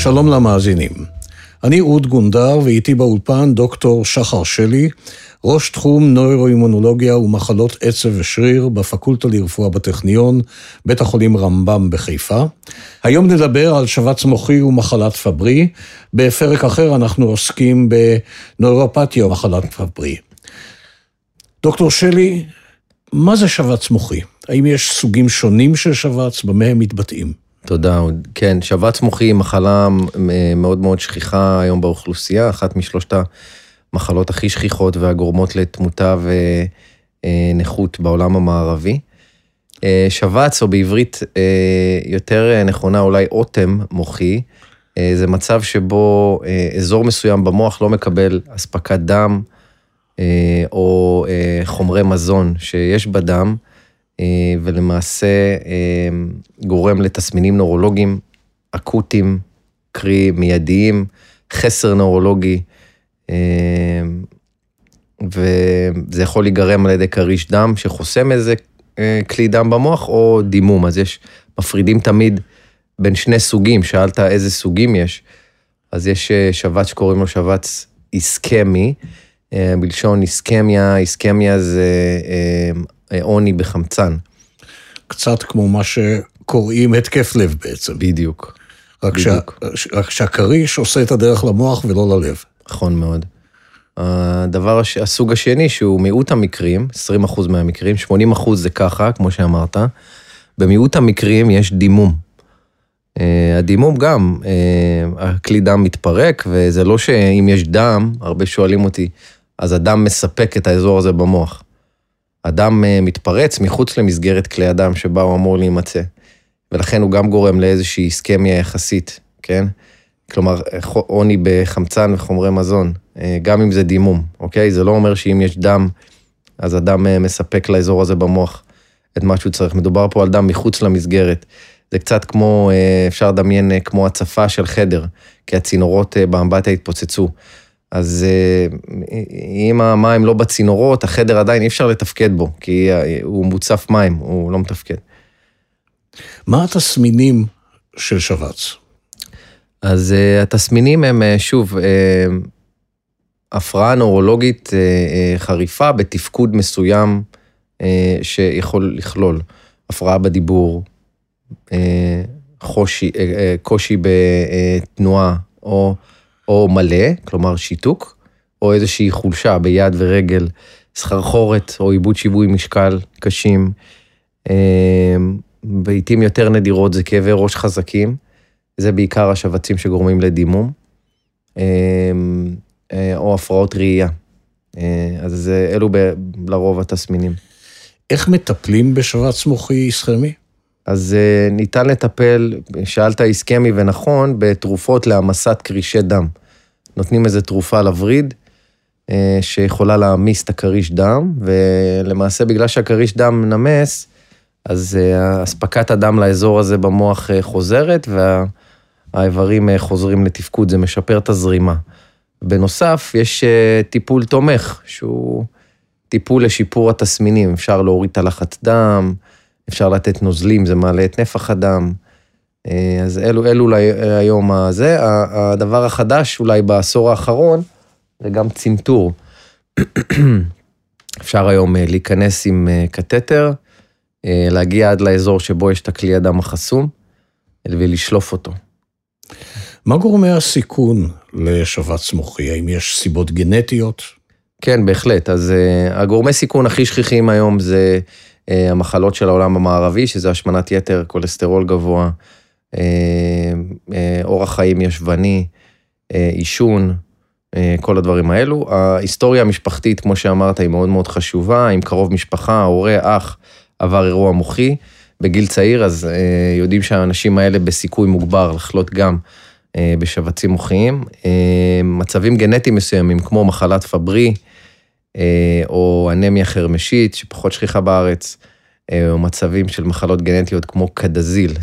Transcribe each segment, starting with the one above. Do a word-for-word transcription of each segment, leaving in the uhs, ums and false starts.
שלום למאזינים. אני אוד גונדר ואיתי באולפן דוקטור שחר שלי, ראש תחום נוירואימונולוגיה ומחלות עצב ושריר בפקולטה לרפואה בטכניון, בית החולים רמב"ם בחיפה. היום נדבר על שבץ מוחי ומחלת פברי. בפרק אחר אנחנו עוסקים בנוירופתיה ומחלת פברי. דוקטור שלי, מה זה שבץ מוחי? האם יש סוגים שונים של שבץ? במה הם מתבטאים? תודה. כן, שבץ מוחי היא מחלה מאוד מאוד שכיחה היום באוכלוסייה, אחת משלושת המחלות הכי שכיחות והגורמות לתמותה ונכות בעולם המערבי. שבץ, או בעברית יותר נכונה אולי אוטם מוחי, זה מצב שבו אזור מסוים במוח לא מקבל אספקת דם או חומרי מזון שיש בדם, ולמעשה גורם לתסמינים נורולוגיים אקוטיים, קרי מיידיים, חסר נורולוגי, וזה יכול להיגרם על ידי קריש דם שחוסם איזה כלי דם במוח או דימום. אז יש, מפרידים תמיד בין שני סוגים, שאלת איזה סוגים יש, אז יש שבץ שקוראים לו שבץ איסקמי, בלשון איסקמיה, איסקמיה זה עוני בחמצן. קצת כמו מה שקוראים התקף לב בעצם. בדיוק. רק, בדיוק. שה, רק שהקריש עושה את הדרך למוח ולא ללב. נכון מאוד. הדבר, הסוג השני שהוא מיעוט המקרים, עשרים אחוז מהמקרים, שמונים אחוז זה ככה, כמו שאמרת, במיעוט המקרים יש דימום. הדימום גם, הכלי דם מתפרק, וזה לא שאם יש דם, הרבה שואלים אותי, אז הדם מספק את האזור הזה במוח. הדם מתפרץ מחוץ למסגרת כלי הדם שבה הוא אמור להימצא, ולכן הוא גם גורם לאיזושהי איסקמיה יחסית, כן? כלומר, עוני בחמצן וחומרי מזון, גם אם זה דימום, אוקיי? זה לא אומר שאם יש דם, אז הדם מספק לאזור הזה במוח את מה שהוא צריך. מדובר פה על דם מחוץ למסגרת. זה קצת כמו, אפשר לדמיין כמו הצפה של חדר, כי הצינורות באמבטיה התפוצצו. אז אם המים לא בצינורות, החדר עדיין אי אפשר לתפקד בו, כי הוא מוצף מים, הוא לא מתפקד. מה התסמינים של שבץ? אז התסמינים הם, שוב, הפרעה נורולוגית חריפה בתפקוד מסוים שיכול לכלול הפרעה בדיבור, חושי, קושי בתנועה או, או מלא, כלומר שיתוק, או איזושהי חולשה ביד ורגל, סחרחורת או עיבוד שיווי משקל קשים. בעיתים יותר נדירות זה כאבי ראש חזקים, זה בעיקר השבצים שגורמים לדימום, או הפרעות ראייה. אז אלו לרוב התסמינים. איך מטפלים בשבץ מוחי איסקמי? אז ניתן לטפל, שאלת איסקמי ונכון, בתרופות להמסת קרישי דם. נותנים איזו תרופה לווריד, שיכולה להמיס את הקריש דם, ולמעשה בגלל שהקריש דם נמס, אז הספקת הדם לאזור הזה במוח חוזרת, והאיברים חוזרים לתפקוד, זה משפר את הזרימה. בנוסף, יש טיפול תומך, שהוא טיפול לשיפור התסמינים, אפשר להוריד את הלחץ דם, אפשר לתת נוזלים, זה מעלה את נפח הדם, אז אלו, אלו היום הזה. הדבר החדש אולי בעשור האחרון, זה גם צנתור. אפשר היום להיכנס עם קטטר, להגיע עד לאזור שבו יש את הכלי הדם החסום, ולשלוף אותו. מה גורמי הסיכון לשבץ מוחי? האם יש סיבות גנטיות? כן, בהחלט. אז הגורמי סיכון הכי שכיחים היום זה המחלות של העולם המערבי, שזה השמנת יתר, כולסטרול גבוה, אורח חיים ישבני, עישון, כל הדברים האלו. ההיסטוריה המשפחתית, כמו שאמרת, היא מאוד מאוד חשובה, עם קרוב משפחה, הורה, אח, עבר אירוע מוחי, בגיל צעיר, אז יודעים שהאנשים האלה בסיכוי מוגבר לחלות גם בשבצים מוחיים. מצבים גנטיים מסוימים, כמו מחלת פברי, או אנמיה חרמשית, שפחות שכיחה בארץ, או מצבים של מחלות גנטיות כמו קדזיל,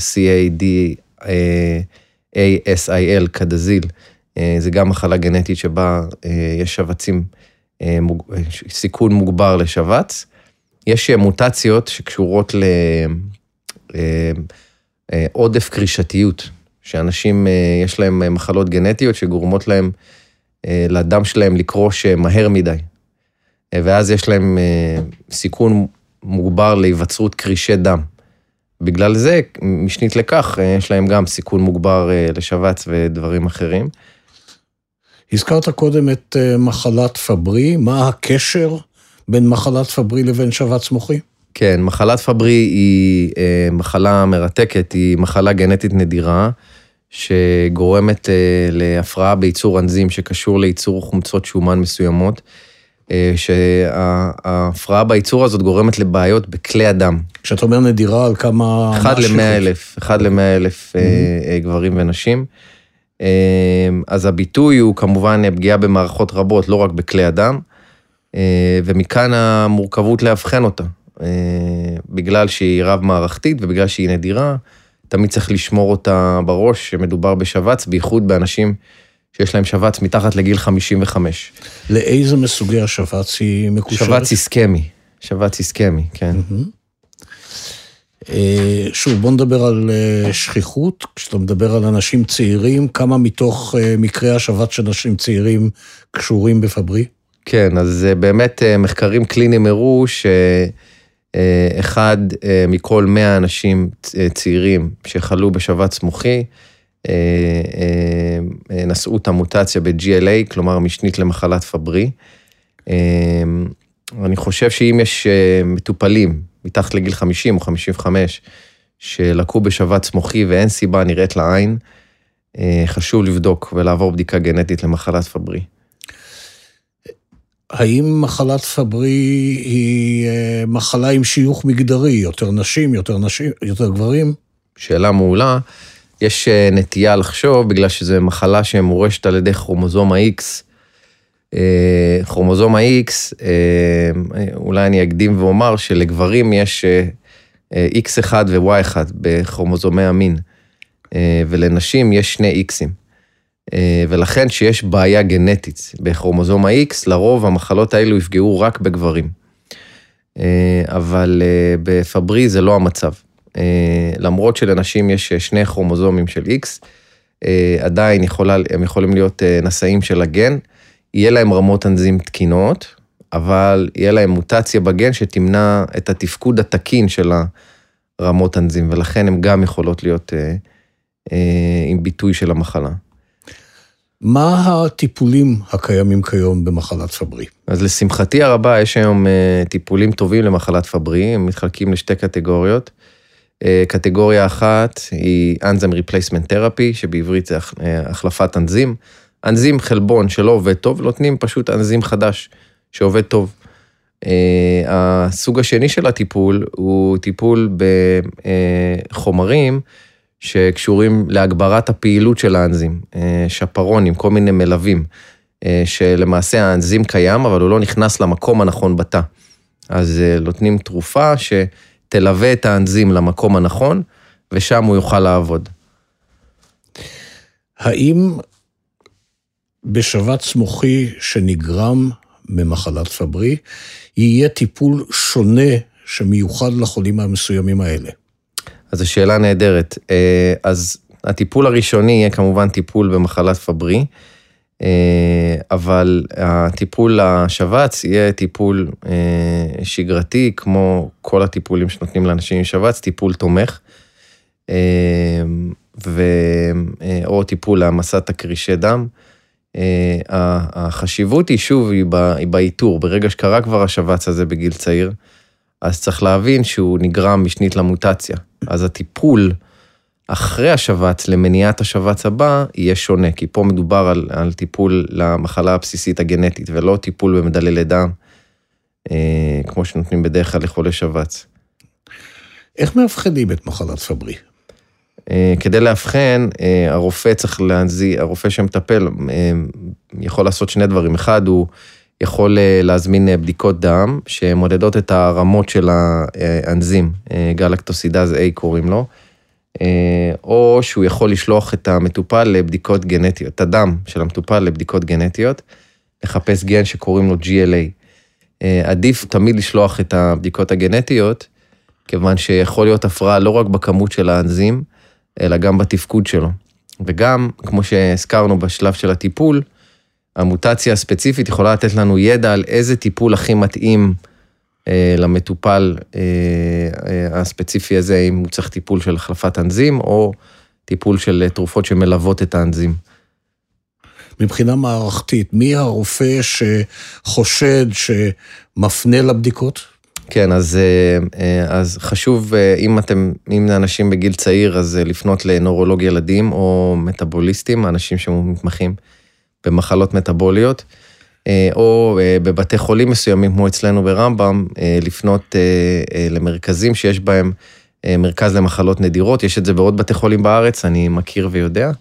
C-A-D-A-S-I-L, קדזיל, זה גם מחלה גנטית שבה יש שבצים, סיכון מוגבר לשבץ. יש מוטציות שקשורות לעודף קרישתיות, שאנשים יש להם מחלות גנטיות שגורמות להם, לדם שלהם לקרוש מהר מדי. ואז יש להם סיכון מוגבר להיווצרות קרישי דם. בגלל זה, משנית לכך, יש להם גם סיכון מוגבר לשבץ ודברים אחרים. הזכרת קודם את מחלת פברי, מה הקשר בין מחלת פברי לבין שבץ מוחי? כן, מחלת פברי היא מחלה מרתקת, היא מחלה גנטית נדירה, שגורמת להפרעה בייצור אנזים שקשור לייצור חומצות שומן מסוימות, שההפרעה בייצור הזאת גורמת לבעיות בכלי הדם. כשאתה אומר נדירה על כמה... אחד למאה אלף, אחד למאה אלף גברים ונשים. אז הביטוי הוא כמובן פגיעה במערכות רבות, לא רק בכלי הדם, ומכאן המורכבות להבחן אותה. בגלל שהיא רב מערכתית ובגלל שהיא נדירה, תמיד צריך לשמור אותה בראש, שמדובר בשבץ, בייחוד באנשים שיש להם שבץ מתחת לגיל חמישים וחמש. לאיזה מסוגי השבץ היא מקושרת? שבץ איסקמי, שבץ איסקמי, כן. שוב, בוא נדבר על שכיחות, כשאתה מדבר על אנשים צעירים, כמה מתוך מקרי השבץ של אנשים צעירים קשורים בפברי? כן, אז באמת מחקרים קליניים הראו שאחד מכל מאה אנשים צעירים שחלו בשבץ מוחי, נשאו את המוטציה ב-ג'י אל איי, כלומר משנית למחלת פברי. אני חושב שאם יש מטופלים מתחת לגיל חמישים או חמישים וחמש שלקו בשבץ מוחי ואין סיבה נראית לעין, חשוב לבדוק ולעבור בדיקה גנטית למחלת פברי. האם מחלת פברי היא מחלה עם שיוך מגדרי, יותר נשים, יותר נשים, יותר גברים? שאלה מעולה. יש נטייה לחשוב, בגלל שזו מחלה שמורשת על ידי כרומוזום ה-X. כרומוזום ה-X, אולי אני אקדים ואומר שלגברים יש אקס אחד ו-וואי אחד בכרומוזומי המין, ולנשים יש שני X'ים. ולכן שיש בעיה גנטית בכרומוזום ה-X, לרוב המחלות האלו יפגעו רק בגברים. אבל בפברי זה לא המצב. למרות שלנשים יש שני כרומוזומים של X, עדיין יכולה, הם יכולים להיות נשאים של הגן, יהיה להם רמות אנזים תקינות, אבל יהיה להם מוטציה בגן שתמנע את התפקוד התקין של הרמות אנזים, ולכן הן גם יכולות להיות עם ביטוי של המחלה. מה הטיפולים הקיימים כיום במחלת פברי? אז לשמחתי הרבה, יש היום טיפולים טובים למחלת פברי, הם מתחלקים לשתי קטגוריות. קטגוריה אחת היא Enzyme Replacement Therapy, שבעברית זה החלפת אנזים. אנזים חלבון שלא עובד טוב, נותנים פשוט אנזים חדש שעובד טוב. הסוג השני של הטיפול הוא טיפול בחומרים שקשורים להגברת הפעילות של האנזים, שפרונים, כל מיני מלווים, שלמעשה האנזים קיים, אבל הוא לא נכנס למקום הנכון בתא. אז נותנים תרופה שתלווה את האנזים למקום הנכון, ושם הוא יוכל לעבוד. האם בשבץ מוחי שנגרם ממחלת פברי, יהיה טיפול שונה שמיוחד לחולים המסוימים האלה? אז השאלה נהדרת. אז הטיפול הראשוני יהיה כמובן טיפול במחלת פברי, אבל הטיפול לשבץ יהיה טיפול שגרתי, כמו כל הטיפולים שנותנים לאנשים עם שבץ, טיפול תומך, או טיפול להמסת הקרישי דם. החשיבות היא שוב, היא באיתור, ברגע שקרה כבר השבץ הזה בגיל צעיר, אז צריך להבין שהוא נגרם משנית למוטציה. אז הטיפול אחרי השבץ למניעת השבץ הבא יהיה שונה, כי פה מדובר על, על טיפול למחלה הבסיסית הגנטית, ולא טיפול במדללי דם, אה, כמו שנותנים בדרך כלל לחולי שבץ. איך מאבחנים את מחלת פברי? אה, כדי להבחן, אה, הרופא צריך להנזי, הרופא שמטפל אה, יכול לעשות שני דברים. אחד, הוא יכול להזמין בדיקות דם, שמודדות את הרמות של האנזים, גלקטוסידאז A קוראים לו, או שהוא יכול לשלוח את המטופל לבדיקות גנטיות, את הדם של המטופל לבדיקות גנטיות, לחפש גן שקוראים לו ג'י אל איי. עדיף תמיד לשלוח את הבדיקות הגנטיות, כיוון שיכול להיות הפרעה לא רק בכמות של האנזים, אלא גם בתפקוד שלו. וגם, כמו שהזכרנו בשלב של הטיפול, המוטציה הספציפית יכולה לתת לנו ידע על איזה טיפול הכי מתאים אה, למטופל אה, אה, הספציפי הזה, אם הוא צריך טיפול של החלפת אנזים, או טיפול של תרופות שמלוות את האנזים. מבחינה מערכתית, מי הרופא שחושד שמפנה לבדיקות? כן, אז, אז חשוב, אם אתם, אם אנשים בגיל צעיר, אז לפנות לנורולוג ילדים או מטאבוליסטים, אנשים שמתמחים במחלות מטאבוליות, או בבתי חולים מסוימים, כמו אצלנו ברמב"ם, לפנות למרכזים שיש בהם מרכז למחלות נדירות, יש את זה בעוד בתי חולים בארץ, אני מכיר ויודע,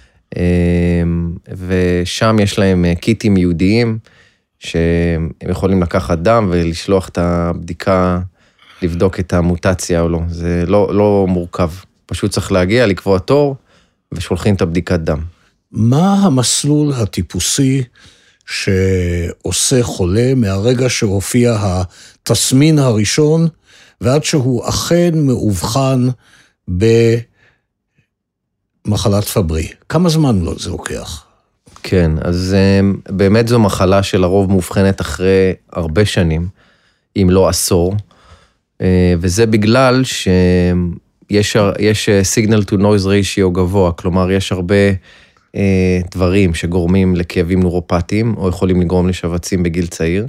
ושם יש להם קיטים ייעודיים, שהם יכולים לקחת דם ולשלוח את הבדיקה, לבדוק את המוטציה או לא. זה לא, לא מורכב. פשוט צריך להגיע, לקבוע תור, ושולחים את הבדיקת דם. מה המסלול הטיפוסי שעושה חולה מהרגע שהופיע התסמין הראשון, ועד שהוא אכן מאובחן במחלת פברי? כמה זמן לא זה לוקח? כן, אז באמת זו מחלה שלרוב מאובחנת אחרי הרבה שנים, אם לא עשור, וזה בגלל שיש יש signal to noise ratio גבוה, כלומר יש הרבה דברים שגורמים לכאבים נוירופטיים, או יכולים לגרום לשבצים בגיל צעיר,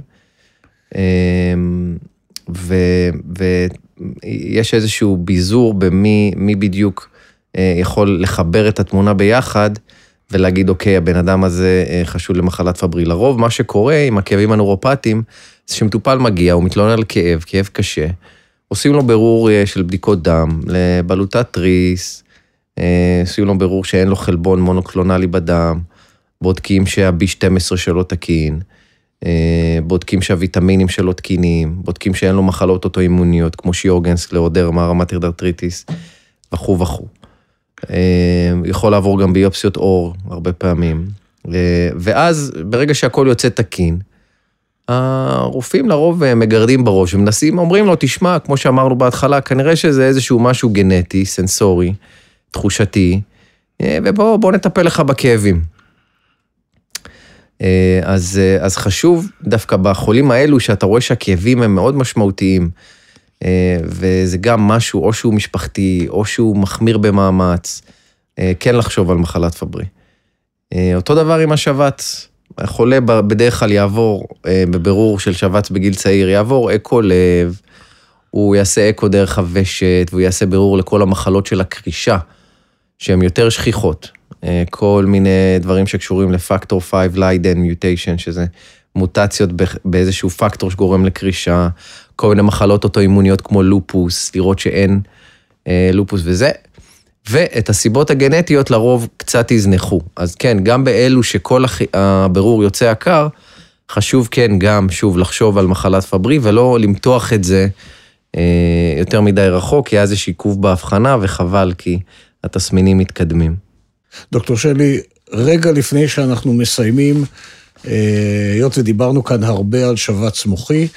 ויש איזשהו ביזור במי מי בדיוק יכול לחבר את התמונה ביחד, ולהגיד, אוקיי, הבן אדם הזה חשוד למחלת פברי. לרוב, מה שקורה עם הכאבים הנוירופטיים, זה שמטופל מגיע, הוא מתלונן על כאב, כאב קשה, עושים לו ברור של בדיקות דם, לבלוטת תריס, עושים לו ברור שאין לו חלבון מונוקלונלי בדם, בודקים שה-בי שתים עשרה שלו תקין, בודקים שהוויטמינים שלו תקינים, בודקים שאין לו מחלות אוטואימוניות, כמו שיורגנס, סקלרודרמה, רמטויד ארתריטיס, וכו' וכו'. יכול לעבור גם ביופסיות אור הרבה פעמים, ואז ברגע שהכל יוצא תקין, הרופאים לרוב מגרדים בראש, ומנסים, אומרים לו, תשמע, כמו שאמרנו בהתחלה, כנראה שזה איזשהו משהו גנטי, סנסורי, תחושתי, ובוא בוא נטפל לך בכאבים. אז, אז חשוב דווקא בחולים האלו, שאתה רואה שהכאבים הם מאוד משמעותיים, וזה גם משהו, או שהוא משפחתי, או שהוא מחמיר במאמץ, כן לחשוב על מחלת פברי. אותו דבר עם השבץ, החולה בדרך כלל יעבור בבירור של שבץ בגיל צעיר, יעבור אקו לב, הוא יעשה אקו דרך הוושת, והוא יעשה בירור לכל המחלות של הקרישה, שהן יותר שכיחות, כל מיני דברים שקשורים לפקטור חמש ליידן מיוטיישן, שזה מוטציות באיזשהו פקטור שגורם לקרישה, כל מיני מחלות אוטואימוניות כמו לופוס, לראות שאין אה, לופוס וזה, ואת הסיבות הגנטיות לרוב קצת יזנחו. אז כן, גם באלו שכל הבירור יוצא עקר, חשוב כן גם שוב לחשוב על מחלת פברי, ולא למתוח את זה אה, יותר מדי רחוק, כי אז יש עיכוב בהבחנה, וחבל כי התסמינים מתקדמים. דוקטור שלי, רגע לפני שאנחנו מסיימים, היות ודיברנו כאן הרבה על שבץ מוחי,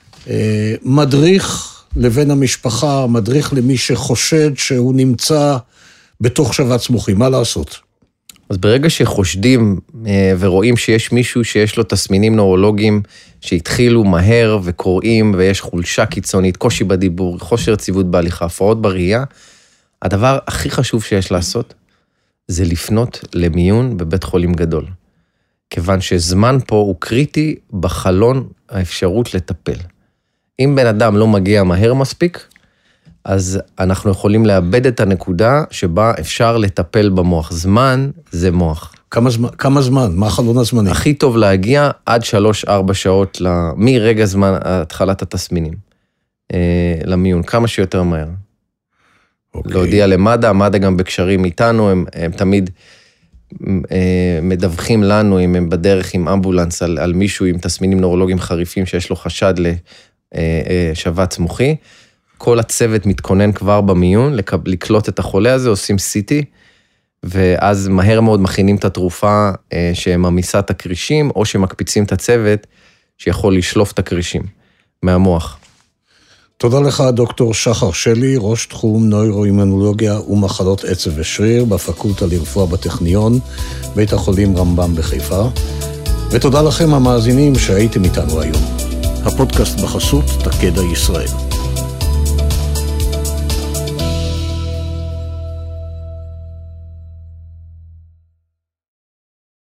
מדריך לבן המשפחה, מדריך למי שחושד שהוא נמצא בתוך שבץ מוחי, מה לעשות? אז ברגע שחושדים ורואים שיש מישהו שיש לו תסמינים נוירולוגיים שהתחילו מהר וקוראים ויש חולשה קיצונית, קושי בדיבור, חוסר יציבות בהליכה, הפרעות בראייה, הדבר הכי חשוב שיש לעשות זה לפנות למיון בבית חולים גדול. כיוון שזמן פה הוא קריטי בחלון האפשרות לטפל. אם בן אדם לא מגיע מהר מספיק, אז אנחנו יכולים לאבד את הנקודה שבה אפשר לטפל במוח. זמן זה מוח. כמה זמן? כמה זמן? מה החלון הזמני? הכי טוב להגיע עד שלוש ארבע שעות מרגע זמן התחלת התסמינים. למיון, כמה שיותר מהר. Okay. להודיע למד"א, מד"א גם בקשרים איתנו, הם, הם תמיד מדווחים לנו אם הם בדרך עם אמבולנס על, על מישהו עם תסמינים נוירולוגיים חריפים שיש לו חשד לשבץ מוחי. כל הצוות מתכונן כבר במיון לקלוט את החולה הזה, עושים סי טי, ואז מהר מאוד מכינים את התרופה שממיסה את הקרישים, או שמקפיצים את הצוות שיכול לשלוף את הקרישים מהמוח. תודה לך, דוקטור שחר שלי, ראש תחום נוירואימונולוגיה ומחלות עצב ושריר בפקולטה לרפואה בטכניון, בית החולים רמב"ם בחיפה. ותודה לכם המאזינים שהייתם איתנו היום. הפודקאסט בחסות תקדע ישראל.